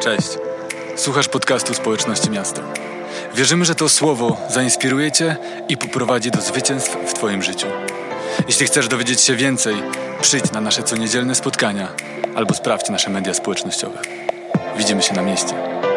Cześć. Słuchasz podcastu Społeczności Miasta. Wierzymy, że to słowo zainspiruje Cię i poprowadzi do zwycięstw w Twoim życiu. Jeśli chcesz dowiedzieć się więcej, przyjdź na nasze coniedzielne spotkania albo sprawdź nasze media społecznościowe. Widzimy się na mieście.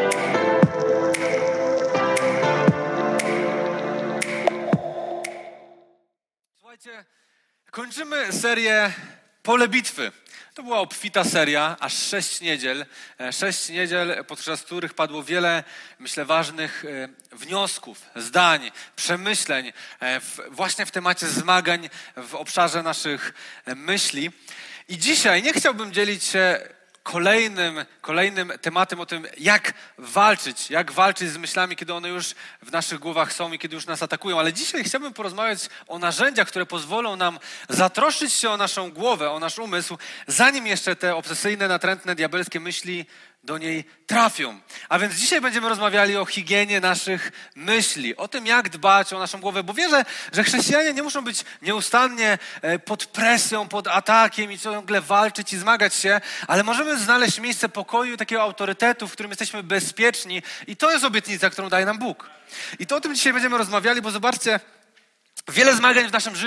Słuchajcie, kończymy serię Pole Bitwy. To była obfita seria, aż 6 niedziel. 6 niedziel, podczas których padło wiele, myślę, ważnych wniosków, zdań, przemyśleń właśnie w temacie zmagań w obszarze naszych myśli. I dzisiaj nie chciałbym dzielić się kolejnym tematem o tym, jak walczyć z myślami, kiedy one już w naszych głowach są i kiedy już nas atakują. Ale dzisiaj chciałbym porozmawiać o narzędziach, które pozwolą nam zatroszczyć się o naszą głowę, o nasz umysł, zanim jeszcze te obsesyjne, natrętne, diabelskie myśli do niej trafią. A więc dzisiaj będziemy rozmawiali o higienie naszych myśli, o tym, jak dbać o naszą głowę, bo wierzę, że chrześcijanie nie muszą być nieustannie pod presją, pod atakiem i ciągle walczyć i zmagać się, ale możemy znaleźć miejsce pokoju, takiego autorytetu, w którym jesteśmy bezpieczni i to jest obietnica, którą daje nam Bóg. I to o tym dzisiaj będziemy rozmawiali, bo zobaczcie, wiele zmagań w naszym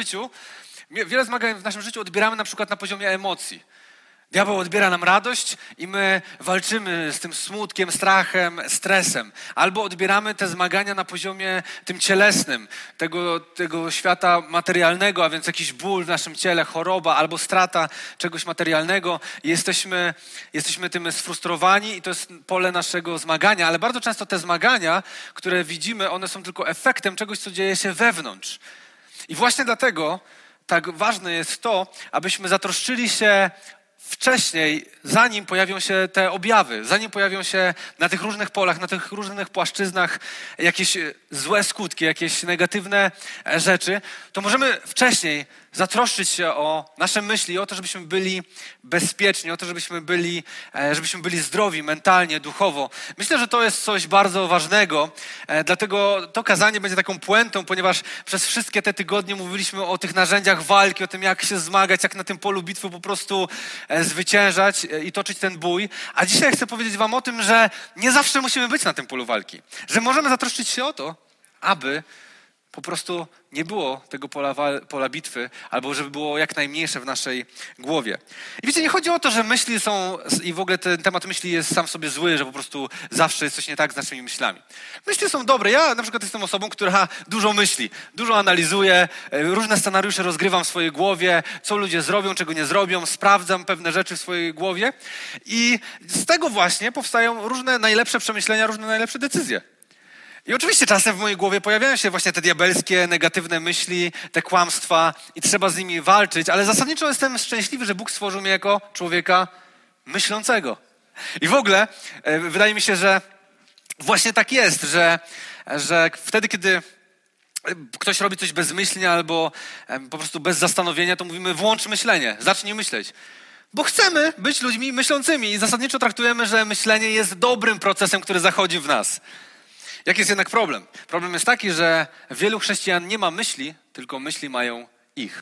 życiu odbieramy na przykład na poziomie emocji. Diabeł odbiera nam radość i my walczymy z tym smutkiem, strachem, stresem. Albo odbieramy te zmagania na poziomie tym cielesnym, tego świata materialnego, a więc jakiś ból w naszym ciele, choroba albo strata czegoś materialnego. I jesteśmy tym sfrustrowani i to jest pole naszego zmagania. Ale bardzo często te zmagania, które widzimy, one są tylko efektem czegoś, co dzieje się wewnątrz. I właśnie dlatego tak ważne jest to, abyśmy zatroszczyli się wcześniej, zanim pojawią się te objawy, zanim pojawią się na tych różnych polach, na tych różnych płaszczyznach jakieś złe skutki, jakieś negatywne rzeczy, to możemy wcześniej zatroszczyć się o nasze myśli, o to, żebyśmy byli bezpieczni, o to, żebyśmy byli zdrowi mentalnie, duchowo. Myślę, że to jest coś bardzo ważnego, dlatego to kazanie będzie taką puentą, ponieważ przez wszystkie te tygodnie mówiliśmy o tych narzędziach walki, o tym, jak się zmagać, jak na tym polu bitwy po prostu zwyciężać i toczyć ten bój. A dzisiaj chcę powiedzieć wam o tym, że nie zawsze musimy być na tym polu walki. Że możemy zatroszczyć się o to, aby po prostu nie było tego pola bitwy, albo żeby było jak najmniejsze w naszej głowie. I wiecie, nie chodzi o to, że myśli są, i w ogóle ten temat myśli jest sam w sobie zły, że po prostu zawsze jest coś nie tak z naszymi myślami. Myśli są dobre. Ja na przykład jestem osobą, która dużo myśli, dużo analizuje, różne scenariusze rozgrywam w swojej głowie, co ludzie zrobią, czego nie zrobią, sprawdzam pewne rzeczy w swojej głowie i z tego właśnie powstają różne najlepsze przemyślenia, różne najlepsze decyzje. I oczywiście czasem w mojej głowie pojawiają się właśnie te diabelskie, negatywne myśli, te kłamstwa i trzeba z nimi walczyć, ale zasadniczo jestem szczęśliwy, że Bóg stworzył mnie jako człowieka myślącego. I w ogóle wydaje mi się, że właśnie tak jest, że wtedy, kiedy ktoś robi coś bezmyślnie albo po prostu bez zastanowienia, to mówimy włącz myślenie, zacznij myśleć. Bo chcemy być ludźmi myślącymi i zasadniczo traktujemy, że myślenie jest dobrym procesem, który zachodzi w nas. Jaki jest jednak problem? Problem jest taki, że wielu chrześcijan nie ma myśli, tylko myśli mają ich.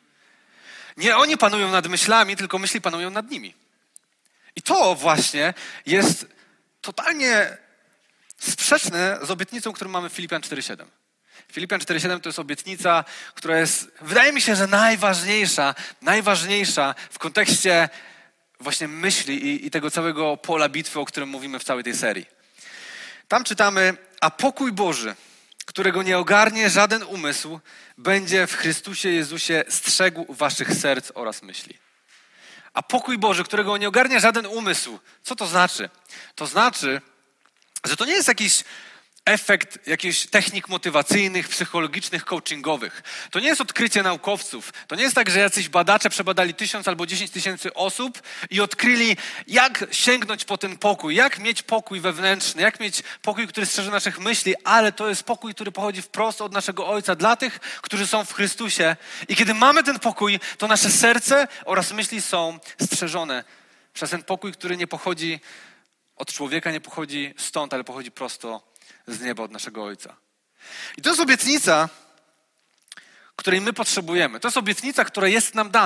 Nie oni panują nad myślami, tylko myśli panują nad nimi. I to właśnie jest totalnie sprzeczne z obietnicą, którą mamy w Filipian 4:7. Filipian 4:7 to jest obietnica, która jest, wydaje mi się, że najważniejsza w kontekście właśnie myśli i tego całego pola bitwy, o którym mówimy w całej tej serii. Tam czytamy, a pokój Boży, którego nie ogarnie żaden umysł, będzie w Chrystusie Jezusie strzegł waszych serc oraz myśli. A pokój Boży, którego nie ogarnie żaden umysł. Co to znaczy? To znaczy, że to nie jest jakiś efekt jakichś technik motywacyjnych, psychologicznych, coachingowych. To nie jest odkrycie naukowców. To nie jest tak, że jacyś badacze przebadali 1000 albo 10 000 osób i odkryli, jak sięgnąć po ten pokój, jak mieć pokój wewnętrzny, jak mieć pokój, który strzeże naszych myśli, ale to jest pokój, który pochodzi wprost od naszego Ojca dla tych, którzy są w Chrystusie. I kiedy mamy ten pokój, to nasze serce oraz myśli są strzeżone przez ten pokój, który nie pochodzi od człowieka, nie pochodzi stąd, ale pochodzi prosto z nieba od naszego Ojca. I to jest obietnica, której my potrzebujemy. To jest obietnica, która jest nam dana.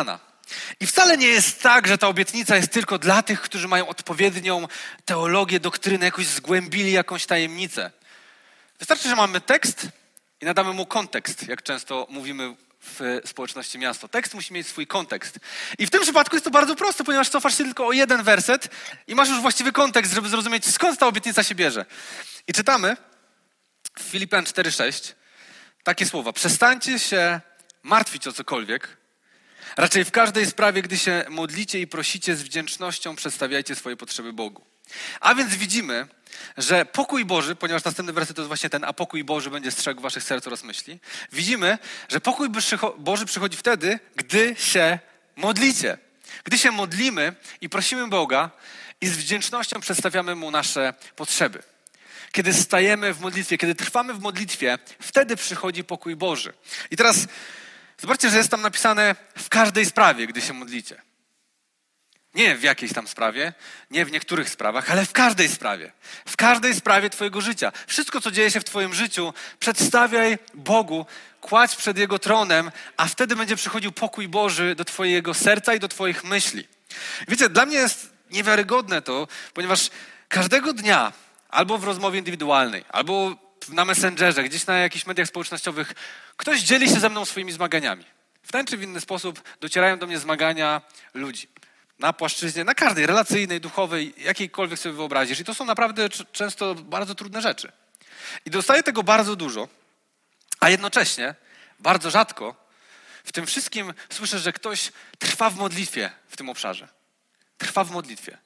I wcale nie jest tak, że ta obietnica jest tylko dla tych, którzy mają odpowiednią teologię, doktrynę, jakoś zgłębili jakąś tajemnicę. Wystarczy, że mamy tekst i nadamy mu kontekst, jak często mówimy w społeczności miasto. Tekst musi mieć swój kontekst. I w tym przypadku jest to bardzo proste, ponieważ cofasz się tylko o jeden werset i masz już właściwy kontekst, żeby zrozumieć, skąd ta obietnica się bierze. I czytamy w Filipian 4:6 takie słowa. Przestańcie się martwić o cokolwiek. Raczej w każdej sprawie, gdy się modlicie i prosicie, z wdzięcznością przedstawiajcie swoje potrzeby Bogu. A więc widzimy, że pokój Boży, ponieważ następny werset to jest właśnie ten, a pokój Boży będzie strzegł waszych serc oraz myśli. Widzimy, że pokój Boży przychodzi wtedy, gdy się modlicie. Gdy się modlimy i prosimy Boga i z wdzięcznością przedstawiamy Mu nasze potrzeby. Kiedy stajemy w modlitwie, kiedy trwamy w modlitwie, wtedy przychodzi pokój Boży. I teraz zobaczcie, że jest tam napisane w każdej sprawie, gdy się modlicie. Nie w jakiejś tam sprawie, nie w niektórych sprawach, ale w każdej sprawie. W każdej sprawie twojego życia. Wszystko, co dzieje się w twoim życiu, przedstawiaj Bogu, kładź przed Jego tronem, a wtedy będzie przychodził pokój Boży do twojego serca i do twoich myśli. Wiecie, dla mnie jest niewiarygodne to, ponieważ każdego dnia, albo w rozmowie indywidualnej, albo na Messengerze, gdzieś na jakichś mediach społecznościowych, ktoś dzieli się ze mną swoimi zmaganiami. W ten czy w inny sposób docierają do mnie zmagania ludzi. Na płaszczyźnie, na każdej, relacyjnej, duchowej, jakiejkolwiek sobie wyobrazisz. I to są naprawdę często bardzo trudne rzeczy. I dostaję tego bardzo dużo, a jednocześnie bardzo rzadko w tym wszystkim słyszę, że ktoś trwa w modlitwie w tym obszarze. Trwa w modlitwie.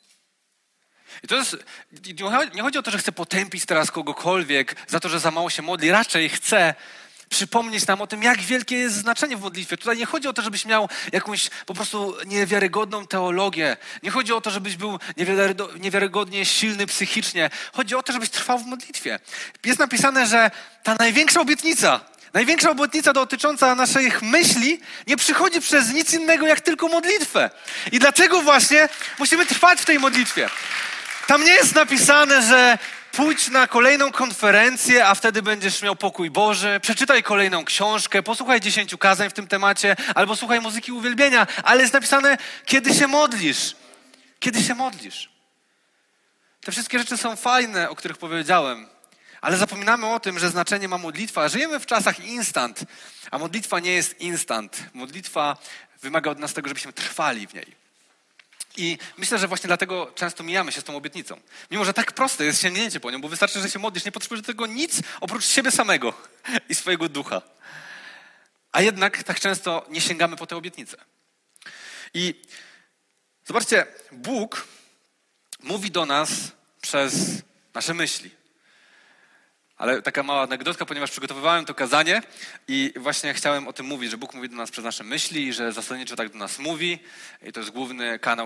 I to jest, nie chodzi o to, że chcę potępić teraz kogokolwiek za to, że za mało się modli. Raczej chcę przypomnieć nam o tym, jak wielkie jest znaczenie w modlitwie. Tutaj nie chodzi o to, żebyś miał jakąś po prostu niewiarygodną teologię. Nie chodzi o to, żebyś był niewiarygodnie silny psychicznie. Chodzi o to, żebyś trwał w modlitwie. Jest napisane, że ta największa obietnica dotycząca naszych myśli nie przychodzi przez nic innego, jak tylko modlitwę. I dlatego właśnie musimy trwać w tej modlitwie. Tam nie jest napisane, że pójdź na kolejną konferencję, a wtedy będziesz miał pokój Boży. Przeczytaj kolejną książkę, posłuchaj 10 kazań w tym temacie, albo słuchaj muzyki uwielbienia. Ale jest napisane, kiedy się modlisz. Kiedy się modlisz. Te wszystkie rzeczy są fajne, o których powiedziałem. Ale zapominamy o tym, że znaczenie ma modlitwa. Żyjemy w czasach instant, a modlitwa nie jest instant. Modlitwa wymaga od nas tego, żebyśmy trwali w niej. I myślę, że właśnie dlatego często mijamy się z tą obietnicą. Mimo że tak proste jest sięgnięcie po nią, bo wystarczy, że się modlisz, nie potrzebujesz do tego nic oprócz siebie samego i swojego ducha. A jednak tak często nie sięgamy po tę obietnicę. I zobaczcie, Bóg mówi do nas przez nasze myśli. Ale taka mała anegdotka, ponieważ przygotowywałem to kazanie i właśnie chciałem o tym mówić, że Bóg mówi do nas przez nasze myśli i że zasadniczo tak do nas mówi. I to jest główny kanał,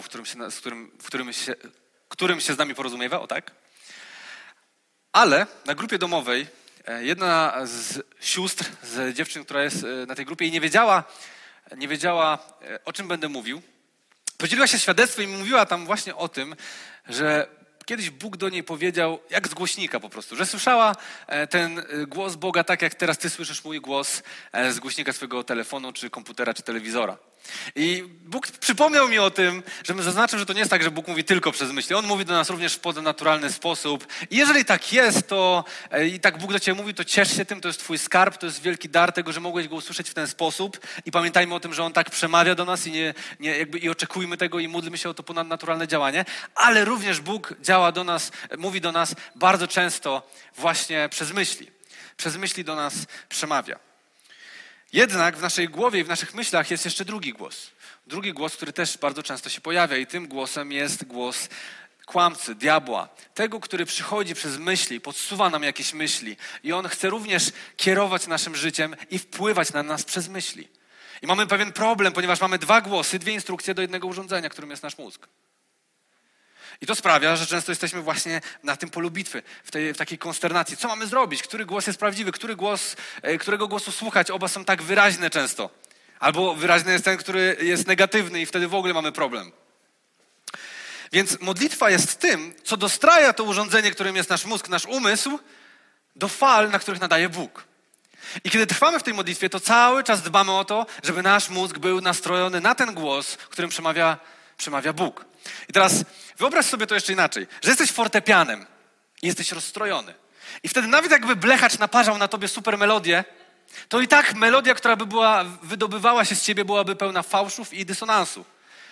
którym się z nami porozumiewa, o tak. Ale na grupie domowej jedna z sióstr, z dziewczyn, która jest na tej grupie i nie wiedziała o czym będę mówił, podzieliła się świadectwem i mówiła tam właśnie o tym, że kiedyś Bóg do niej powiedział, jak z głośnika po prostu, że słyszała ten głos Boga tak, jak teraz ty słyszysz mój głos z głośnika swojego telefonu, czy komputera, czy telewizora. I Bóg przypomniał mi o tym, żebym zaznaczył, że to nie jest tak, że Bóg mówi tylko przez myśli. On mówi do nas również w ponadnaturalny sposób. I jeżeli tak jest, to i tak Bóg do ciebie mówi, to ciesz się tym, to jest twój skarb, to jest wielki dar tego, że mogłeś go usłyszeć w ten sposób. I pamiętajmy o tym, że On tak przemawia do nas i oczekujmy tego i módlmy się o to ponadnaturalne działanie. Ale również Bóg mówi do nas bardzo często właśnie przez myśli. Przez myśli do nas przemawia. Jednak w naszej głowie i w naszych myślach jest jeszcze drugi głos. Drugi głos, który też bardzo często się pojawia i tym głosem jest głos kłamcy, diabła. Tego, który przychodzi przez myśli, podsuwa nam jakieś myśli i on chce również kierować naszym życiem i wpływać na nas przez myśli. I mamy pewien problem, ponieważ mamy dwa głosy, dwie instrukcje do jednego urządzenia, którym jest nasz mózg. I to sprawia, że często jesteśmy właśnie na tym polu bitwy, w takiej konsternacji. Co mamy zrobić? Który głos jest prawdziwy? Którego głosu słuchać? Oba są tak wyraźne często. Albo wyraźny jest ten, który jest negatywny i wtedy w ogóle mamy problem. Więc modlitwa jest tym, co dostraja to urządzenie, którym jest nasz mózg, nasz umysł, do fal, na których nadaje Bóg. I kiedy trwamy w tej modlitwie, to cały czas dbamy o to, żeby nasz mózg był nastrojony na ten głos, którym przemawia Bóg. I teraz wyobraź sobie to jeszcze inaczej, że jesteś fortepianem i jesteś rozstrojony. I wtedy nawet jakby blechacz naparzał na tobie super melodię, to i tak melodia, która by wydobywała się z ciebie, byłaby pełna fałszów i dysonansu.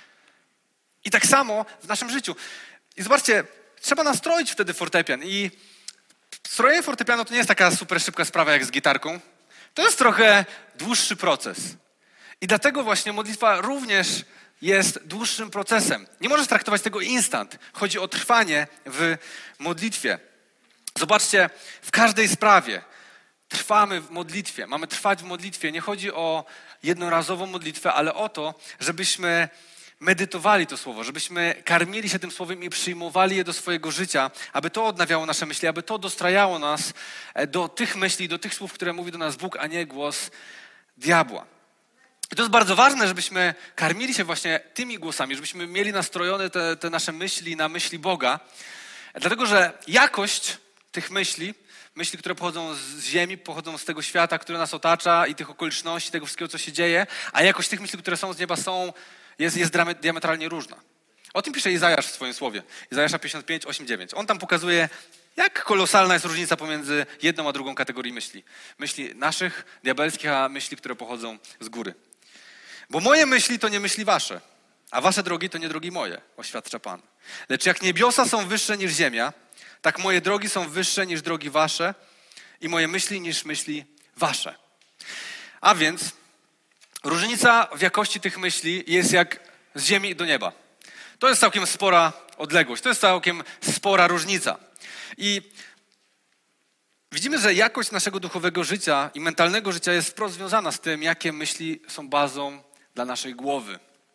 I tak samo w naszym życiu. I zobaczcie, trzeba nastroić wtedy fortepian. I strojenie fortepianu to nie jest taka super szybka sprawa jak z gitarką. To jest trochę dłuższy proces. I dlatego właśnie modlitwa również jest dłuższym procesem. Nie możesz traktować tego instant. Chodzi o trwanie w modlitwie. Zobaczcie, w każdej sprawie trwamy w modlitwie. Mamy trwać w modlitwie. Nie chodzi o jednorazową modlitwę, ale o to, żebyśmy medytowali to słowo, żebyśmy karmili się tym słowem i przyjmowali je do swojego życia, aby to odnawiało nasze myśli, aby to dostrajało nas do tych myśli, do tych słów, które mówi do nas Bóg, a nie głos diabła. I to jest bardzo ważne, żebyśmy karmili się właśnie tymi głosami, żebyśmy mieli nastrojone te nasze myśli na myśli Boga, dlatego że jakość tych myśli, które pochodzą z ziemi, pochodzą z tego świata, który nas otacza i tych okoliczności, tego wszystkiego, co się dzieje, a jakość tych myśli, które są z nieba, jest diametralnie różna. O tym pisze Izajasz w swoim słowie. Izajasza 55, 8, 9. On tam pokazuje, jak kolosalna jest różnica pomiędzy jedną a drugą kategorią myśli. Myśli naszych, diabelskich, a myśli, które pochodzą z góry. Bo moje myśli to nie myśli wasze, a wasze drogi to nie drogi moje, oświadcza Pan. Lecz jak niebiosa są wyższe niż ziemia, tak moje drogi są wyższe niż drogi wasze i moje myśli niż myśli wasze. A więc różnica w jakości tych myśli jest jak z ziemi do nieba. To jest całkiem spora odległość, to jest całkiem spora różnica. I widzimy, że jakość naszego duchowego życia i mentalnego życia jest wprost związana z tym, jakie myśli są bazą dla naszej głowy.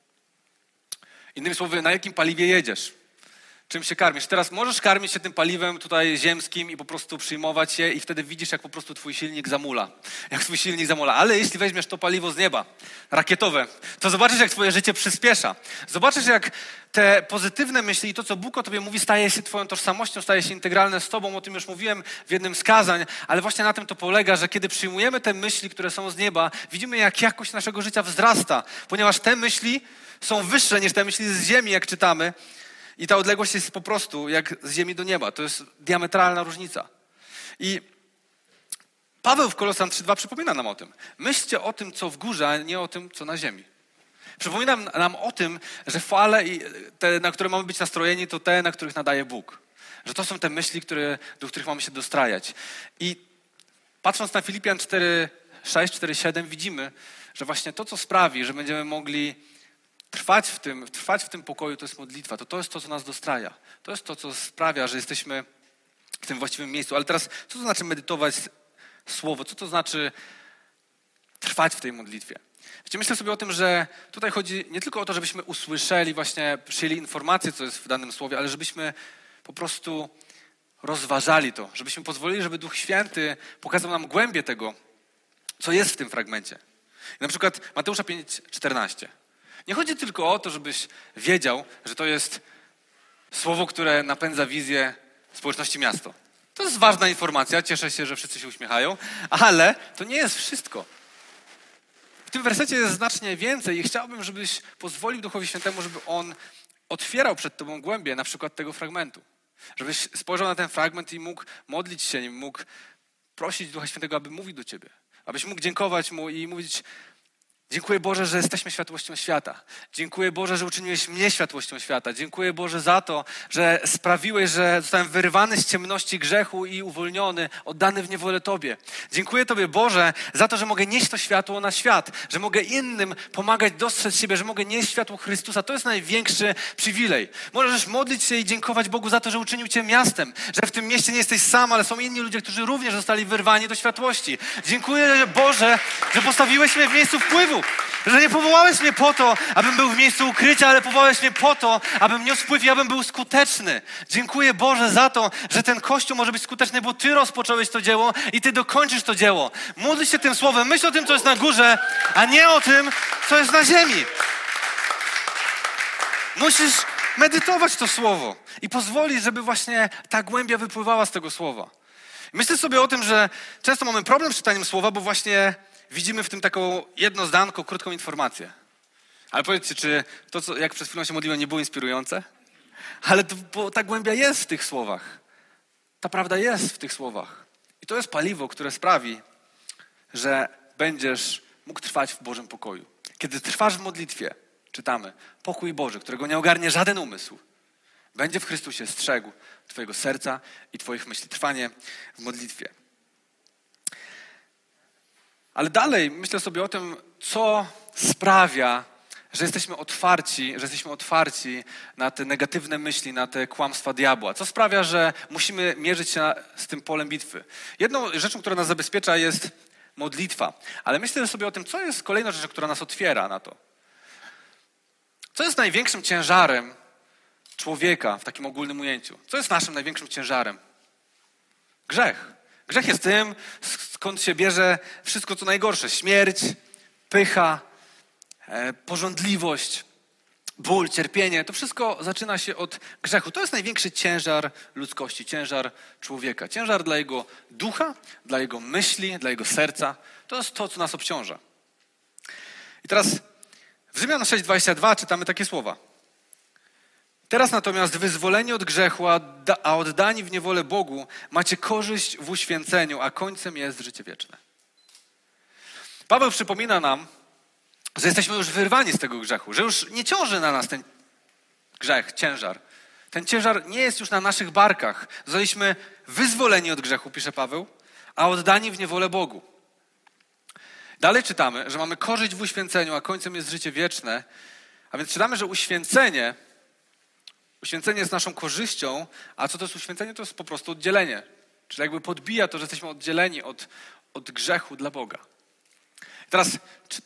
Innymi słowy, na jakim paliwie jedziesz? Czym się karmisz? Teraz możesz karmić się tym paliwem tutaj ziemskim i po prostu przyjmować je i wtedy widzisz, jak po prostu twój silnik zamula. Ale jeśli weźmiesz to paliwo z nieba, rakietowe, to zobaczysz, jak twoje życie przyspiesza. Zobaczysz, jak te pozytywne myśli i to, co Bóg o tobie mówi, staje się twoją tożsamością, staje się integralne z tobą. O tym już mówiłem w jednym z kazań, ale właśnie na tym to polega, że kiedy przyjmujemy te myśli, które są z nieba, widzimy, jak jakość naszego życia wzrasta, ponieważ te myśli są wyższe niż te myśli z ziemi, jak czytamy. I ta odległość jest po prostu jak z ziemi do nieba. To jest diametralna różnica. I Paweł w Kolosan 3:2 przypomina nam o tym. Myślcie o tym, co w górze, a nie o tym, co na ziemi. Przypomina nam o tym, że fale, te, na które mamy być nastrojeni, to te, na których nadaje Bóg. Że to są te myśli, do których mamy się dostrajać. I patrząc na Filipian 4:6, 4:7 widzimy, że właśnie to, co sprawi, że będziemy mogli trwać w tym pokoju, to jest modlitwa. To jest to, co nas dostraja. To jest to, co sprawia, że jesteśmy w tym właściwym miejscu. Ale teraz, co to znaczy medytować słowo? Co to znaczy trwać w tej modlitwie? Wiecie, myślę sobie o tym, że tutaj chodzi nie tylko o to, żebyśmy usłyszeli, właśnie przyjęli informację, co jest w danym słowie, ale żebyśmy po prostu rozważali to. Żebyśmy pozwolili, żeby Duch Święty pokazał nam głębię tego, co jest w tym fragmencie. I na przykład Mateusza 5:14. Nie chodzi tylko o to, żebyś wiedział, że to jest słowo, które napędza wizję społeczności miasto. To jest ważna informacja, cieszę się, że wszyscy się uśmiechają, ale to nie jest wszystko. W tym wersecie jest znacznie więcej i chciałbym, żebyś pozwolił Duchowi Świętemu, żeby On otwierał przed tobą głębię na przykład tego fragmentu. Żebyś spojrzał na ten fragment i mógł modlić się nim, mógł prosić Ducha Świętego, aby mówił do ciebie. Abyś mógł dziękować Mu i mówić: dziękuję Boże, że jesteśmy światłością świata. Dziękuję Boże, że uczyniłeś mnie światłością świata. Dziękuję Boże za to, że sprawiłeś, że zostałem wyrwany z ciemności grzechu i uwolniony, oddany w niewolę Tobie. Dziękuję Tobie Boże za to, że mogę nieść to światło na świat, że mogę innym pomagać dostrzec siebie, że mogę nieść światło Chrystusa. To jest największy przywilej. Możesz modlić się i dziękować Bogu za to, że uczynił Cię miastem, że w tym mieście nie jesteś sam, ale są inni ludzie, którzy również zostali wyrwani do światłości. Dziękuję Boże, że postawiłeś mnie w miejscu wpływu. Że nie powołałeś mnie po to, abym był w miejscu ukrycia, ale powołałeś mnie po to, abym niósł wpływ i abym był skuteczny. Dziękuję Boże za to, że ten Kościół może być skuteczny, bo Ty rozpocząłeś to dzieło i Ty dokończysz to dzieło. Módl się tym słowem, myśl o tym, co jest na górze, a nie o tym, co jest na ziemi. Musisz medytować to słowo i pozwolić, żeby właśnie ta głębia wypływała z tego słowa. Myślę sobie o tym, że często mamy problem z czytaniem słowa, bo właśnie widzimy w tym taką jedno zdanko, krótką informację. Ale powiedzcie, czy to, co jak przed chwilą się modliłem, nie było inspirujące? Ale bo ta głębia jest w tych słowach. Ta prawda jest w tych słowach. I to jest paliwo, które sprawi, że będziesz mógł trwać w Bożym pokoju. Kiedy trwasz w modlitwie, czytamy, pokój Boży, którego nie ogarnie żaden umysł, będzie w Chrystusie strzegł twojego serca i twoich myśli. Trwanie w modlitwie. Ale dalej myślę sobie o tym, co sprawia, że jesteśmy otwarci na te negatywne myśli, na te kłamstwa diabła. Co sprawia, że musimy mierzyć się z tym polem bitwy. Jedną rzeczą, która nas zabezpiecza, jest modlitwa. Ale myślę sobie o tym, co jest kolejna rzecz, która nas otwiera na to. Co jest największym ciężarem człowieka w takim ogólnym ujęciu? Co jest naszym największym ciężarem? Grzech. Grzech jest tym, skąd się bierze wszystko, co najgorsze. Śmierć, pycha, pożądliwość, ból, cierpienie. To wszystko zaczyna się od grzechu. To jest największy ciężar ludzkości, ciężar człowieka. Ciężar dla jego ducha, dla jego myśli, dla jego serca. To jest to, co nas obciąża. I teraz w Rzymian 6:22 czytamy takie słowa. Teraz natomiast wyzwoleni od grzechu, a oddani w niewolę Bogu, macie korzyść w uświęceniu, a końcem jest życie wieczne. Paweł przypomina nam, że jesteśmy już wyrwani z tego grzechu, że już nie ciąży na nas ten grzech, ciężar. Ten ciężar nie jest już na naszych barkach. Zostaliśmy wyzwoleni od grzechu, pisze Paweł, a oddani w niewolę Bogu. Dalej czytamy, że mamy korzyść w uświęceniu, a końcem jest życie wieczne. A więc czytamy, że uświęcenie jest naszą korzyścią, a co to jest uświęcenie? To jest po prostu oddzielenie. Czyli jakby podbija to, że jesteśmy oddzieleni od grzechu dla Boga. I teraz, czy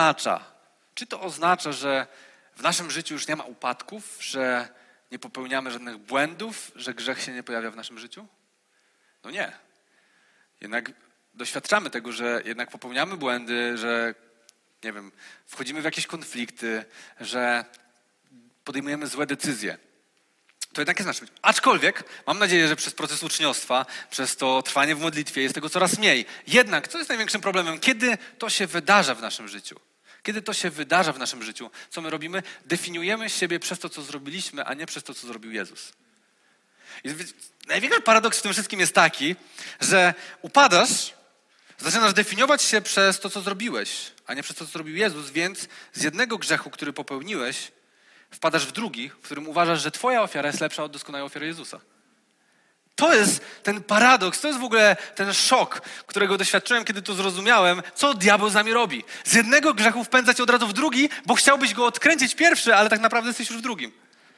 to oznacza, że w naszym życiu już nie ma upadków, że nie popełniamy żadnych błędów, że grzech się nie pojawia w naszym życiu? No nie. Jednak doświadczamy tego, że jednak popełniamy błędy, że, nie wiem, wchodzimy w jakieś konflikty, że podejmujemy złe decyzje. To jednak jest naszym. Aczkolwiek mam nadzieję, że przez proces uczniostwa, przez to trwanie w modlitwie jest tego coraz mniej. Jednak co jest największym problemem? Kiedy to się wydarza w naszym życiu? Kiedy to się wydarza w naszym życiu? Co my robimy? Definiujemy siebie przez to, co zrobiliśmy, a nie przez to, co zrobił Jezus. I największy paradoks w tym wszystkim jest taki, że upadasz, zaczynasz definiować się przez to, co zrobiłeś, a nie przez to, co zrobił Jezus, więc z jednego grzechu, który popełniłeś, wpadasz w drugi, w którym uważasz, że twoja ofiara jest lepsza od doskonałej ofiary Jezusa. To jest ten paradoks, to jest w ogóle ten szok, którego doświadczyłem, kiedy to zrozumiałem, co diabeł z nami robi. Z jednego grzechu wpędza cię od razu w drugi, bo chciałbyś go odkręcić pierwszy, ale tak naprawdę jesteś już w drugim.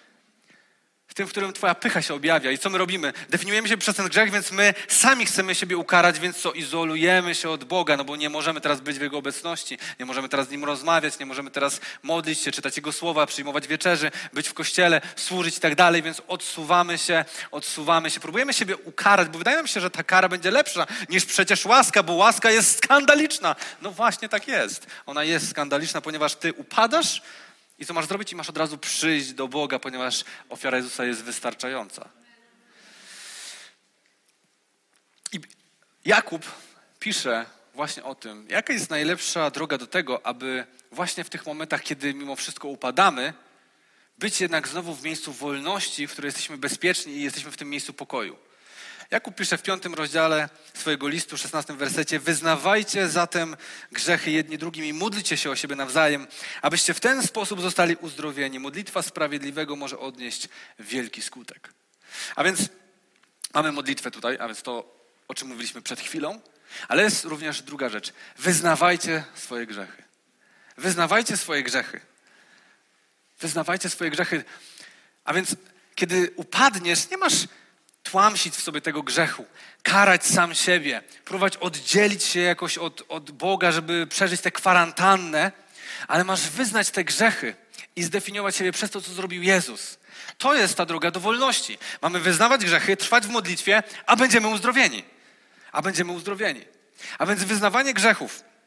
W tym, w którym twoja pycha się objawia. I co my robimy? Definiujemy się przez ten grzech, więc my sami chcemy siebie ukarać, więc co? Izolujemy się od Boga, no bo nie możemy teraz być w Jego obecności, nie możemy teraz z Nim rozmawiać, nie możemy teraz modlić się, czytać Jego słowa, przyjmować wieczerzy, być w kościele, służyć i tak dalej, więc odsuwamy się, próbujemy siebie ukarać, bo wydaje nam się, że ta kara będzie lepsza niż przecież łaska, bo łaska jest skandaliczna. No właśnie tak jest. Ona jest skandaliczna, ponieważ ty upadasz, i co masz zrobić? I masz od razu przyjść do Boga, ponieważ ofiara Jezusa jest wystarczająca. I Jakub pisze właśnie o tym, jaka jest najlepsza droga do tego, aby właśnie w tych momentach, kiedy mimo wszystko upadamy, być jednak znowu w miejscu wolności, w której jesteśmy bezpieczni i jesteśmy w tym miejscu pokoju. Jakub pisze w 5 rozdziale swojego listu, 16 wersecie: wyznawajcie zatem grzechy jedni drugim i módlcie się o siebie nawzajem, abyście w ten sposób zostali uzdrowieni. Modlitwa sprawiedliwego może odnieść wielki skutek. A więc mamy modlitwę tutaj, a więc to, o czym mówiliśmy przed chwilą, ale jest również druga rzecz. Wyznawajcie swoje grzechy. Wyznawajcie swoje grzechy. Wyznawajcie swoje grzechy. A więc kiedy upadniesz, nie masz tłamsić w sobie tego grzechu, karać sam siebie, próbować oddzielić się jakoś od Boga, żeby przeżyć tę kwarantannę, ale masz wyznać te grzechy i zdefiniować siebie przez to, co zrobił Jezus. To jest ta droga do wolności. Mamy wyznawać grzechy, trwać w modlitwie, a będziemy uzdrowieni. A więc wyznawanie grzechów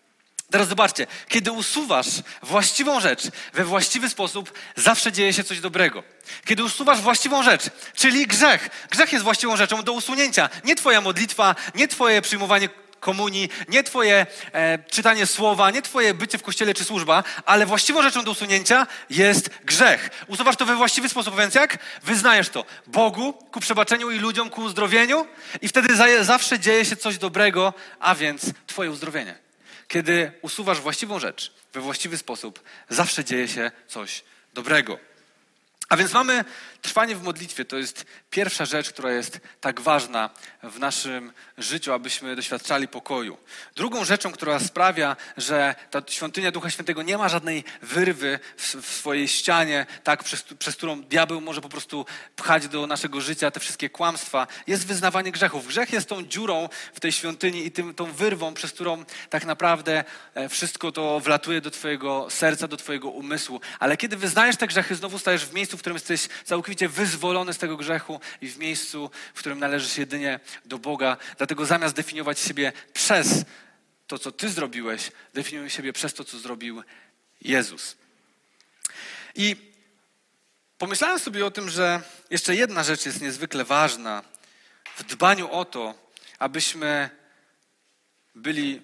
Teraz zobaczcie, kiedy usuwasz właściwą rzecz we właściwy sposób, zawsze dzieje się coś dobrego. Kiedy usuwasz właściwą rzecz, czyli grzech. Grzech jest właściwą rzeczą do usunięcia. Nie twoja modlitwa, nie twoje przyjmowanie komunii, nie twoje czytanie słowa, nie twoje bycie w kościele czy służba, ale właściwą rzeczą do usunięcia jest grzech. Usuwasz to we właściwy sposób, więc jak? Wyznajesz to Bogu ku przebaczeniu i ludziom ku uzdrowieniu i wtedy zawsze dzieje się coś dobrego, a więc twoje uzdrowienie. Kiedy usuwasz właściwą rzecz we właściwy sposób, zawsze dzieje się coś dobrego. A więc mamy trwanie w modlitwie. To jest pierwsza rzecz, która jest tak ważna w naszym życiu, abyśmy doświadczali pokoju. Drugą rzeczą, która sprawia, że ta świątynia Ducha Świętego nie ma żadnej wyrwy w swojej ścianie, tak, przez którą diabeł może po prostu pchać do naszego życia te wszystkie kłamstwa, jest wyznawanie grzechów. Grzech jest tą dziurą w tej świątyni i tą wyrwą, przez którą tak naprawdę wszystko to wlatuje do twojego serca, do twojego umysłu. Ale kiedy wyznajesz te grzechy, znowu stajesz w miejscu, w którym jesteś całkowicie wyzwolony z tego grzechu i w miejscu, w którym należysz jedynie do Boga. Dlatego zamiast definiować siebie przez to, co ty zrobiłeś, definiuj siebie przez to, co zrobił Jezus. I pomyślałem sobie o tym, że jeszcze jedna rzecz jest niezwykle ważna w dbaniu o to, abyśmy byli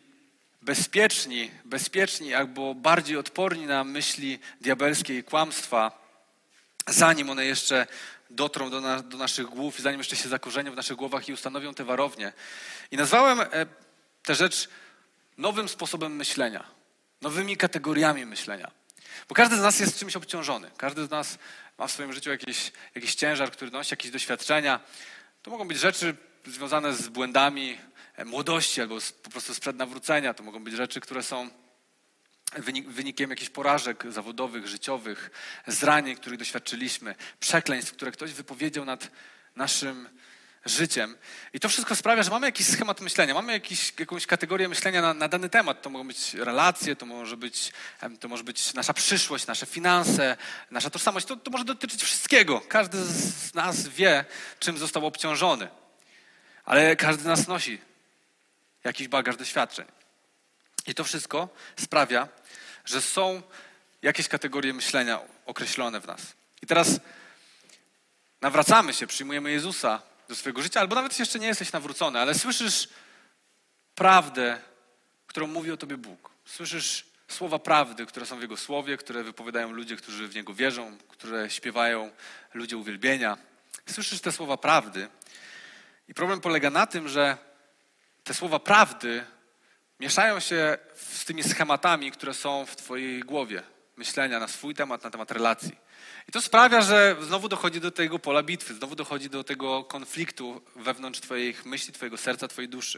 bezpieczni albo bardziej odporni na myśli diabelskie i kłamstwa, zanim one jeszcze dotrą do naszych głów, zanim jeszcze się zakorzenią w naszych głowach i ustanowią te warownie. I nazwałem tę rzecz nowym sposobem myślenia, nowymi kategoriami myślenia. Bo każdy z nas jest czymś obciążony. Każdy z nas ma w swoim życiu jakiś ciężar, który nosi, jakieś doświadczenia. To mogą być rzeczy związane z błędami młodości albo po prostu sprzed nawrócenia. To mogą być rzeczy, które są wynikiem jakichś porażek zawodowych, życiowych, zranień, których doświadczyliśmy, przekleństw, które ktoś wypowiedział nad naszym życiem. I to wszystko sprawia, że mamy jakiś schemat myślenia, mamy jakąś kategorię myślenia na dany temat. To mogą być relacje, to może być nasza przyszłość, nasze finanse, nasza tożsamość. To może dotyczyć wszystkiego. Każdy z nas wie, czym został obciążony. Ale każdy z nas nosi jakiś bagaż doświadczeń. I to wszystko sprawia, że są jakieś kategorie myślenia określone w nas. I teraz nawracamy się, przyjmujemy Jezusa do swojego życia, albo nawet jeszcze nie jesteś nawrócony, ale słyszysz prawdę, którą mówi o tobie Bóg. Słyszysz słowa prawdy, które są w Jego Słowie, które wypowiadają ludzie, którzy w Niego wierzą, które śpiewają ludzie uwielbienia. Słyszysz te słowa prawdy i problem polega na tym, że te słowa prawdy mieszają się z tymi schematami, które są w twojej głowie. Myślenia na swój temat, na temat relacji. I to sprawia, że znowu dochodzi do tego pola bitwy, znowu dochodzi do tego konfliktu wewnątrz twoich myśli, twojego serca, twojej duszy.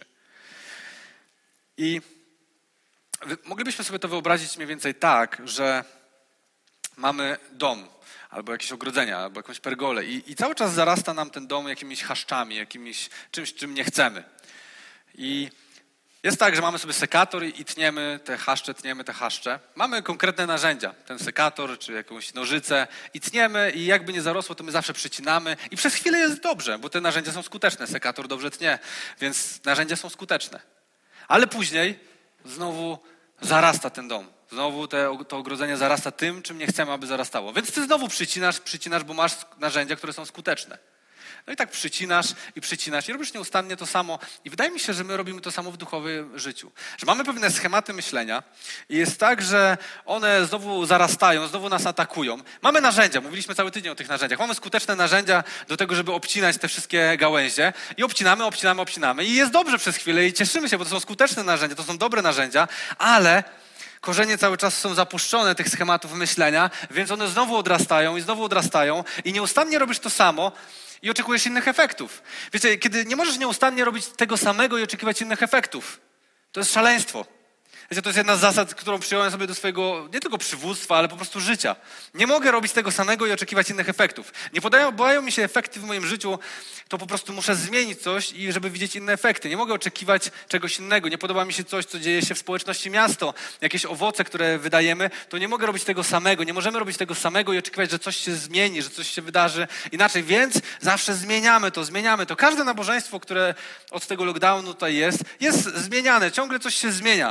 I moglibyśmy sobie to wyobrazić mniej więcej tak, że mamy dom, albo jakieś ogrodzenia, albo jakąś pergolę i cały czas zarasta nam ten dom jakimiś chaszczami, jakimś czymś, czym nie chcemy. I jest tak, że mamy sobie sekator i tniemy te chaszcze. Mamy konkretne narzędzia, ten sekator czy jakąś nożycę i tniemy i jakby nie zarosło, to my zawsze przycinamy i przez chwilę jest dobrze, bo te narzędzia są skuteczne. Sekator dobrze tnie, więc narzędzia są skuteczne. Ale później znowu zarasta ten dom. Znowu to ogrodzenie zarasta tym, czym nie chcemy, aby zarastało. Więc ty znowu przycinasz, bo masz narzędzia, które są skuteczne. No i tak przycinasz i robisz nieustannie to samo. I wydaje mi się, że my robimy to samo w duchowym życiu. Że mamy pewne schematy myślenia i jest tak, że one znowu zarastają, znowu nas atakują. Mamy narzędzia, mówiliśmy cały tydzień o tych narzędziach. Mamy skuteczne narzędzia do tego, żeby obcinać te wszystkie gałęzie i obcinamy. I jest dobrze przez chwilę i cieszymy się, bo to są skuteczne narzędzia, to są dobre narzędzia, ale korzenie cały czas są zapuszczone tych schematów myślenia, więc one znowu odrastają i nieustannie robisz to samo i oczekujesz innych efektów. Wiecie, kiedy nie możesz nieustannie robić tego samego i oczekiwać innych efektów, to jest szaleństwo. Wiecie, to jest jedna z zasad, którą przyjąłem sobie do swojego, nie tylko przywództwa, ale po prostu życia. Nie mogę robić tego samego i oczekiwać innych efektów. Nie podobają mi się efekty w moim życiu, to po prostu muszę zmienić coś i żeby widzieć inne efekty. Nie mogę oczekiwać czegoś innego. Nie podoba mi się coś, co dzieje się w społeczności miasto. Jakieś owoce, które wydajemy, to nie mogę robić tego samego. Nie możemy robić tego samego i oczekiwać, że coś się zmieni, że coś się wydarzy inaczej. Więc zawsze zmieniamy to. Każde nabożeństwo, które od tego lockdownu tutaj jest zmieniane. Ciągle coś się zmienia.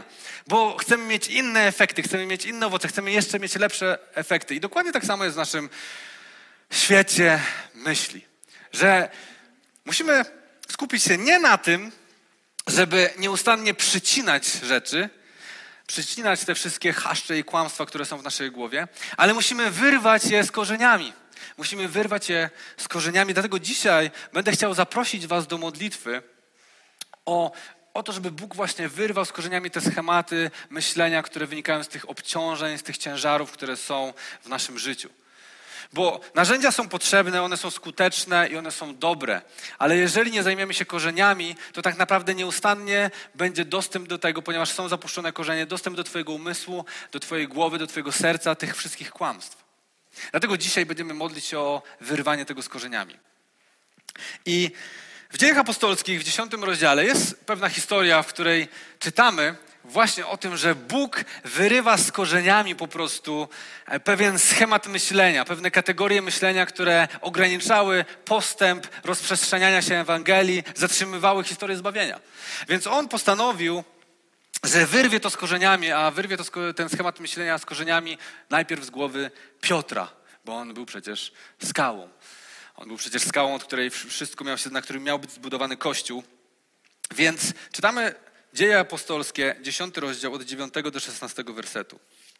bo chcemy mieć inne efekty, chcemy mieć inne owoce, chcemy jeszcze mieć lepsze efekty. I dokładnie tak samo jest w naszym świecie myśli, że musimy skupić się nie na tym, żeby nieustannie przycinać rzeczy, przycinać te wszystkie chaszcze i kłamstwa, które są w naszej głowie, ale musimy wyrwać je z korzeniami. Musimy wyrwać je z korzeniami. Dlatego dzisiaj będę chciał zaprosić was do modlitwy o to, żeby Bóg właśnie wyrwał z korzeniami te schematy myślenia, które wynikają z tych obciążeń, z tych ciężarów, które są w naszym życiu. Bo narzędzia są potrzebne, one są skuteczne i one są dobre. Ale jeżeli nie zajmiemy się korzeniami, to tak naprawdę nieustannie będzie dostęp do tego, ponieważ są zapuszczone korzenie, dostęp do twojego umysłu, do twojej głowy, do twojego serca, tych wszystkich kłamstw. Dlatego dzisiaj będziemy modlić się o wyrwanie tego z korzeniami. I w Dziejach Apostolskich w 10 rozdziale jest pewna historia, w której czytamy właśnie o tym, że Bóg wyrywa z korzeniami po prostu pewien schemat myślenia, pewne kategorie myślenia, które ograniczały postęp rozprzestrzeniania się Ewangelii, zatrzymywały historię zbawienia. Więc on postanowił, że wyrwie to z korzeniami, a wyrwie ten schemat myślenia z korzeniami najpierw z głowy Piotra, bo on był przecież skałą. On był przecież skałą, od której wszystko na którym miał być zbudowany Kościół. Więc czytamy Dzieje Apostolskie, 10 rozdział, od 9 do 16 wersetu.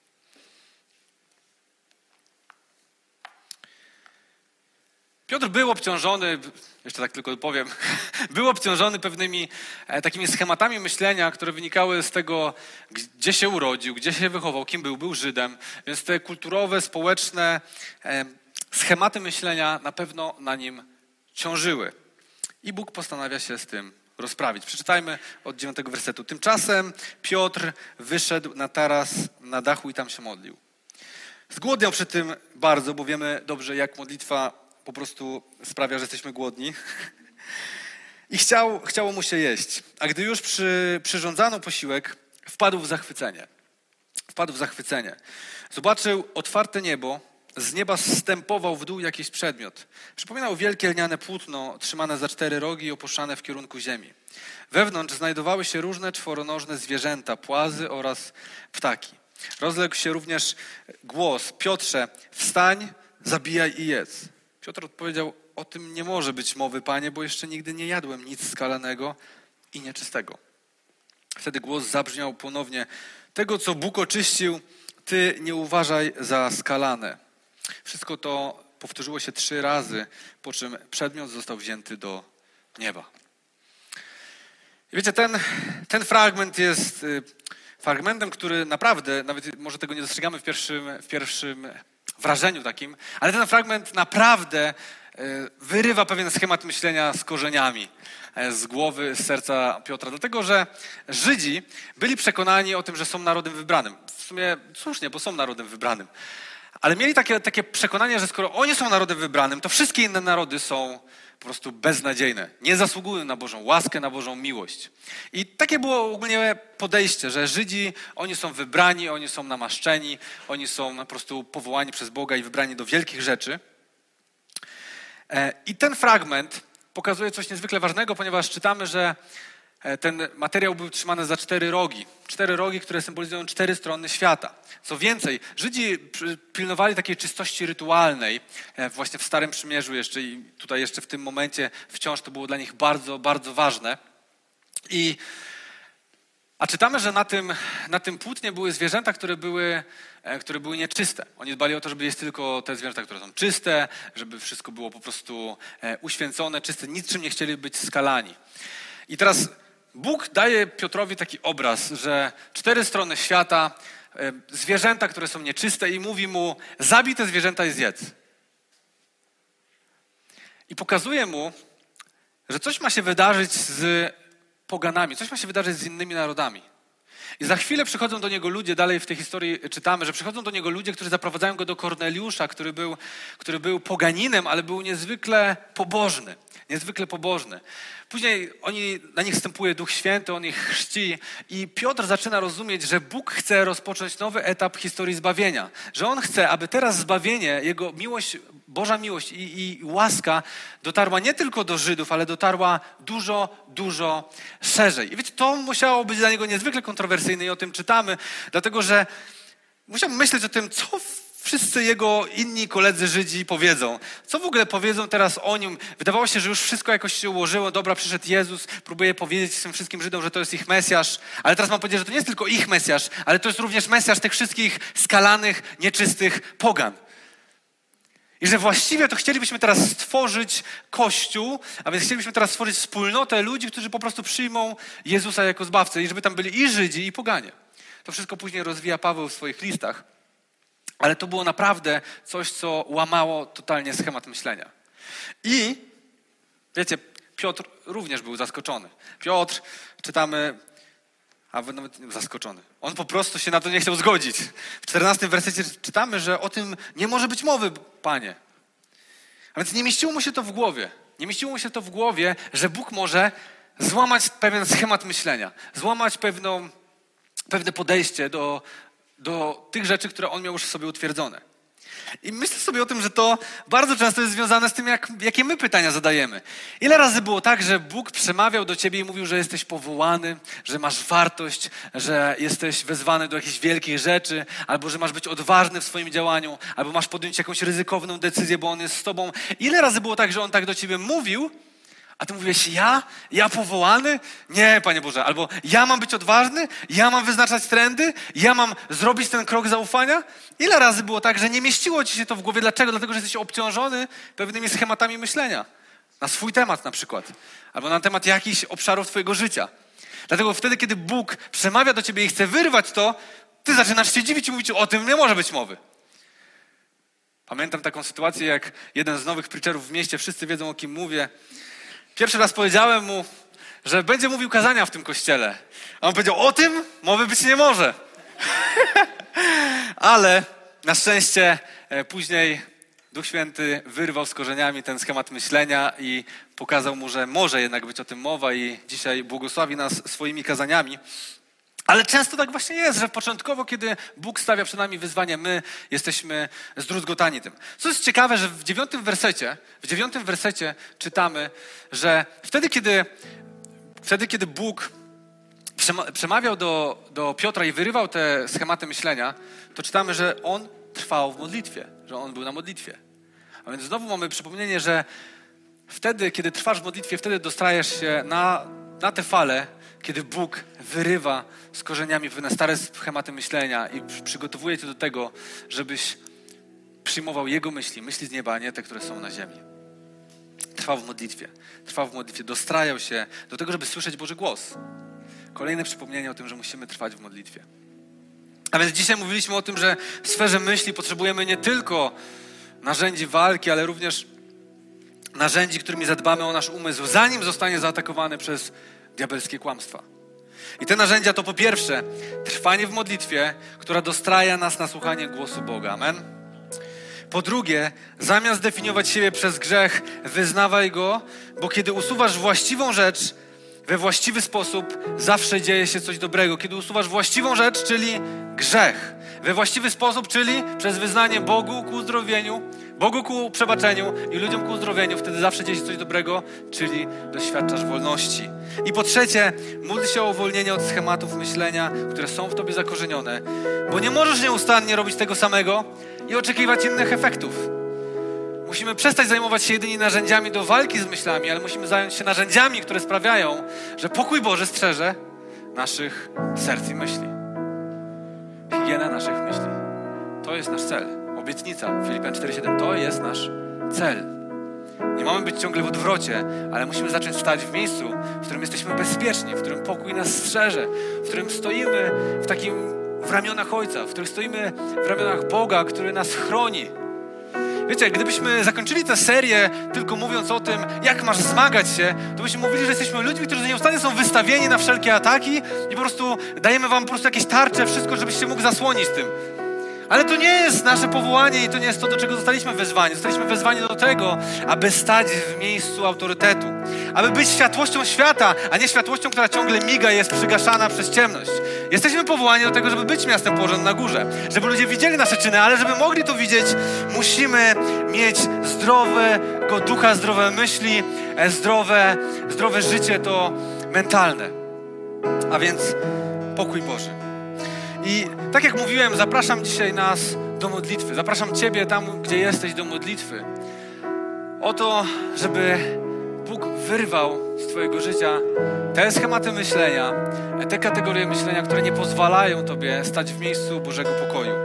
Piotr był obciążony, jeszcze tak tylko powiem, był obciążony pewnymi takimi schematami myślenia, które wynikały z tego, gdzie się urodził, gdzie się wychował, kim był Żydem. Więc te kulturowe, społeczne schematy myślenia na pewno na nim ciążyły. I Bóg postanawia się z tym rozprawić. Przeczytajmy od 9 wersetu. Tymczasem Piotr wyszedł na taras na dachu i tam się modlił. Zgłodniał przy tym bardzo, bo wiemy dobrze, jak modlitwa po prostu sprawia, że jesteśmy głodni. I chciało mu się jeść. A gdy już przyrządzano posiłek, wpadł w zachwycenie. Zobaczył otwarte niebo, z nieba zstępował w dół jakiś przedmiot. Przypominał wielkie lniane płótno trzymane za 4 rogi i opuszczane w kierunku ziemi. Wewnątrz znajdowały się różne czworonożne zwierzęta, płazy oraz ptaki. Rozległ się również głos: Piotrze, wstań, zabijaj i jedz. Piotr odpowiedział: o tym nie może być mowy, Panie, bo jeszcze nigdy nie jadłem nic skalanego i nieczystego. Wtedy głos zabrzmiał ponownie: tego, co Bóg oczyścił, ty nie uważaj za skalane. Wszystko to powtórzyło się 3 razy, po czym przedmiot został wzięty do nieba. I wiecie, ten fragment jest fragmentem, który naprawdę, nawet może tego nie dostrzegamy w pierwszym wrażeniu takim, ale ten fragment naprawdę wyrywa pewien schemat myślenia z korzeniami z głowy, z serca Piotra. Dlatego, że Żydzi byli przekonani o tym, że są narodem wybranym. W sumie słusznie, bo są narodem wybranym. Ale mieli takie przekonanie, że skoro oni są narodem wybranym, to wszystkie inne narody są po prostu beznadziejne. Nie zasługują na Bożą łaskę, na Bożą miłość. I takie było ogólnie podejście, że Żydzi, oni są wybrani, oni są namaszczeni, oni są po prostu powołani przez Boga i wybrani do wielkich rzeczy. I ten fragment pokazuje coś niezwykle ważnego, ponieważ czytamy, że ten materiał był trzymany za 4 rogi. 4 rogi, które symbolizują 4 strony świata. Co więcej, Żydzi pilnowali takiej czystości rytualnej właśnie w Starym Przymierzu jeszcze i tutaj jeszcze w tym momencie wciąż to było dla nich bardzo, bardzo ważne. A czytamy, że na tym płótnie były zwierzęta, które były nieczyste. Oni dbali o to, żeby jeść tylko te zwierzęta, które są czyste, żeby wszystko było po prostu uświęcone, czyste. Niczym nie chcieli być skalani. I teraz Bóg daje Piotrowi taki obraz, że 4 strony świata, zwierzęta, które są nieczyste i mówi mu: zabij te zwierzęta i zjedz. I pokazuje mu, że coś ma się wydarzyć z poganami, coś ma się wydarzyć z innymi narodami. I za chwilę przychodzą do niego ludzie, dalej w tej historii czytamy, że przychodzą do niego ludzie, którzy zaprowadzają go do Korneliusza, który był poganinem, ale był niezwykle pobożny. niezwykle pobożny. Później na nich wstępuje Duch Święty, on ich chrzci i Piotr zaczyna rozumieć, że Bóg chce rozpocząć nowy etap historii zbawienia. Że On chce, aby teraz zbawienie, Jego miłość, Boża miłość i łaska dotarła nie tylko do Żydów, ale dotarła dużo, dużo szerzej. I wiecie, to musiało być dla niego niezwykle kontrowersyjne i o tym czytamy, dlatego że musiał myśleć o tym, co wszyscy jego inni koledzy Żydzi powiedzą. Co w ogóle powiedzą teraz o nim? Wydawało się, że już wszystko jakoś się ułożyło. Dobra, przyszedł Jezus, próbuje powiedzieć tym wszystkim Żydom, że to jest ich Mesjasz. Ale teraz mam powiedzieć, że to nie jest tylko ich Mesjasz, ale to jest również Mesjasz tych wszystkich skalanych, nieczystych pogan. I że właściwie to chcielibyśmy teraz stworzyć Kościół, a więc chcielibyśmy teraz stworzyć wspólnotę ludzi, którzy po prostu przyjmą Jezusa jako Zbawcę i żeby tam byli i Żydzi, i poganie. To wszystko później rozwija Paweł w swoich listach. Ale to było naprawdę coś, co łamało totalnie schemat myślenia. I wiecie, Piotr również był zaskoczony. Piotr, czytamy, a nawet zaskoczony. On po prostu się na to nie chciał zgodzić. W 14 wersecie czytamy, że o tym nie może być mowy, Panie. A więc nie mieściło mu się to w głowie. Nie mieściło mu się to w głowie, że Bóg może złamać pewien schemat myślenia. Złamać pewne podejście do tych rzeczy, które on miał już w sobie utwierdzone. I myślę sobie o tym, że to bardzo często jest związane z tym, jakie my pytania zadajemy. Ile razy było tak, że Bóg przemawiał do ciebie i mówił, że jesteś powołany, że masz wartość, że jesteś wezwany do jakichś wielkich rzeczy, albo że masz być odważny w swoim działaniu, albo masz podjąć jakąś ryzykowną decyzję, bo On jest z tobą. Ile razy było tak, że On tak do ciebie mówił, a ty mówiłeś, ja powołany? Nie, Panie Boże. Albo ja mam być odważny? Ja mam wyznaczać trendy? Ja mam zrobić ten krok zaufania? Ile razy było tak, że nie mieściło ci się to w głowie? Dlaczego? Dlatego, że jesteś obciążony pewnymi schematami myślenia. Na swój temat na przykład. Albo na temat jakichś obszarów twojego życia. Dlatego wtedy, kiedy Bóg przemawia do ciebie i chce wyrwać to, ty zaczynasz się dziwić i mówić, o tym nie może być mowy. Pamiętam taką sytuację, jak jeden z nowych preacherów w mieście, wszyscy wiedzą, o kim mówię. Pierwszy raz powiedziałem mu, że będzie mówił kazania w tym kościele. A on powiedział, o tym mowy być nie może. Ale na szczęście później Duch Święty wyrwał z korzeniami ten schemat myślenia i pokazał mu, że może jednak być o tym mowa i dzisiaj błogosławi nas swoimi kazaniami. Ale często tak właśnie jest, że początkowo, kiedy Bóg stawia przed nami wyzwanie, my jesteśmy zdruzgotani tym. Co jest ciekawe, że w 9 wersecie czytamy, że wtedy, kiedy Bóg przemawiał do Piotra i wyrywał te schematy myślenia, to czytamy, że On trwał w modlitwie, że On był na modlitwie. A więc znowu mamy przypomnienie, że wtedy, kiedy trwasz w modlitwie, wtedy dostrajesz się na te fale, kiedy Bóg wyrywa z korzeniami pewne stare schematy myślenia i przygotowuje cię do tego, żebyś przyjmował Jego myśli z nieba, a nie te, które są na ziemi. Trwał w modlitwie, dostrajał się do tego, żeby słyszeć Boży głos. Kolejne przypomnienie o tym, że musimy trwać w modlitwie. A więc dzisiaj mówiliśmy o tym, że w sferze myśli potrzebujemy nie tylko narzędzi walki, ale również narzędzi, którymi zadbamy o nasz umysł, zanim zostanie zaatakowany przez diabelskie kłamstwa. I te narzędzia to po pierwsze trwanie w modlitwie, która dostraja nas na słuchanie głosu Boga. Amen. Po drugie, zamiast definiować siebie przez grzech, wyznawaj go, bo kiedy usuwasz właściwą rzecz we właściwy sposób, zawsze dzieje się coś dobrego. Kiedy usuwasz właściwą rzecz, czyli grzech, we właściwy sposób, czyli przez wyznanie Bogu ku uzdrowieniu, Bogu ku przebaczeniu i ludziom ku uzdrowieniu, wtedy zawsze dzieje się coś dobrego, czyli doświadczasz wolności. I po trzecie, módl się o uwolnienie od schematów myślenia, które są w tobie zakorzenione, bo nie możesz nieustannie robić tego samego i oczekiwać innych efektów. Musimy przestać zajmować się jedynie narzędziami do walki z myślami, ale musimy zająć się narzędziami, które sprawiają, że pokój Boży strzeże naszych serc i myśli. Higiena naszych myśli. To jest nasz cel. Obietnica Filipian 4:7 to jest nasz cel. Nie mamy być ciągle w odwrocie, ale musimy zacząć stać w miejscu, w którym jesteśmy bezpieczni, w którym pokój nas strzeże, w którym stoimy w ramionach Ojca, w którym stoimy w ramionach Boga, który nas chroni. Wiecie, gdybyśmy zakończyli tę serię tylko mówiąc o tym, jak masz zmagać się, to byśmy mówili, że jesteśmy ludźmi, którzy nieustannie są wystawieni na wszelkie ataki i po prostu dajemy wam po prostu jakieś tarcze, wszystko, żebyś się mógł zasłonić tym. Ale to nie jest nasze powołanie i to nie jest to, do czego zostaliśmy wezwani. Zostaliśmy wezwani do tego, aby stać w miejscu autorytetu. Aby być światłością świata, a nie światłością, która ciągle miga i jest przygaszana przez ciemność. Jesteśmy powołani do tego, żeby być miastem położonym na górze. Żeby ludzie widzieli nasze czyny, ale żeby mogli to widzieć, musimy mieć zdrowego ducha, zdrowe myśli, zdrowe życie to mentalne. A więc pokój Boży. I tak jak mówiłem, zapraszam dzisiaj nas do modlitwy. Zapraszam Ciebie tam, gdzie jesteś, do modlitwy. O to, żeby Bóg wyrwał z Twojego życia te schematy myślenia, te kategorie myślenia, które nie pozwalają Tobie stać w miejscu Bożego pokoju.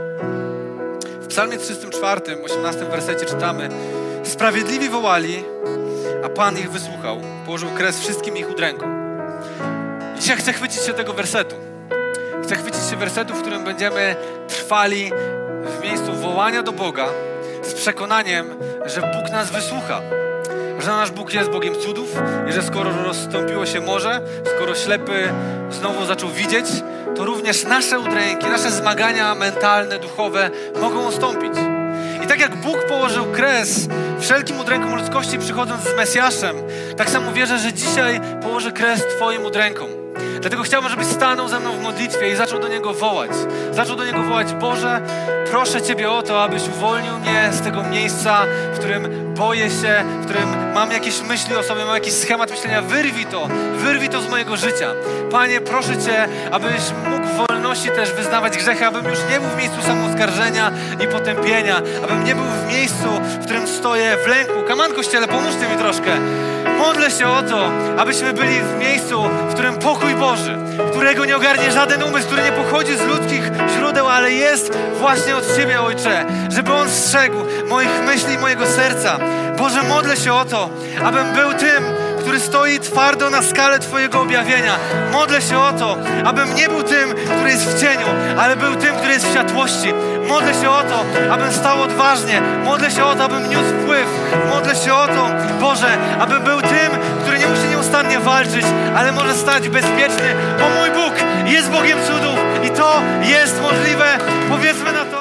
W Psalmie 34, 18 wersecie czytamy: Sprawiedliwi wołali, a Pan ich wysłuchał. Położył kres wszystkim ich udrękom. Dzisiaj chcę chwycić się tego wersetu. Chcę chwycić się wersetu, w którym będziemy trwali w miejscu wołania do Boga z przekonaniem, że Bóg nas wysłucha. Że nasz Bóg jest Bogiem cudów i że skoro rozstąpiło się morze, skoro ślepy znowu zaczął widzieć, to również nasze udręki, nasze zmagania mentalne, duchowe mogą ustąpić. I tak jak Bóg położył kres wszelkim udrękom ludzkości przychodząc z Mesjaszem, tak samo wierzę, że dzisiaj położy kres Twoim udrękom. Dlatego chciałbym, żebyś stanął ze mną w modlitwie i zaczął do Niego wołać. Zaczął do Niego wołać: Boże, proszę Ciebie o to, abyś uwolnił mnie z tego miejsca, w którym boję się, w którym mam jakieś myśli o sobie, mam jakiś schemat myślenia. Wyrwij to z mojego życia. Panie, proszę Cię, abyś mógł w wolności też wyznawać grzechy, abym już nie był w miejscu samooskarżenia i potępienia, abym nie był w miejscu, w którym stoję w lęku. Come on, Kościele, pomóżcie mi troszkę. Modlę się o to, abyśmy byli w miejscu, w którym pokój Boży, którego nie ogarnie żaden umysł, który nie pochodzi z ludzkich źródeł, ale jest właśnie od Ciebie, Ojcze, żeby On strzegł moich myśli i mojego serca. Boże, modlę się o to, abym był tym, który stoi twardo na skale Twojego objawienia. Modlę się o to, abym nie był tym, który jest w cieniu, ale był tym, który jest w światłości. Modlę się o to, abym stał odważnie. Modlę się o to, abym niósł wpływ. Modlę się o to, Boże, abym był tym, który nie musi nieustannie walczyć, ale może stać bezpieczny, bo mój Bóg jest Bogiem cudów i to jest możliwe. Powiedzmy na to.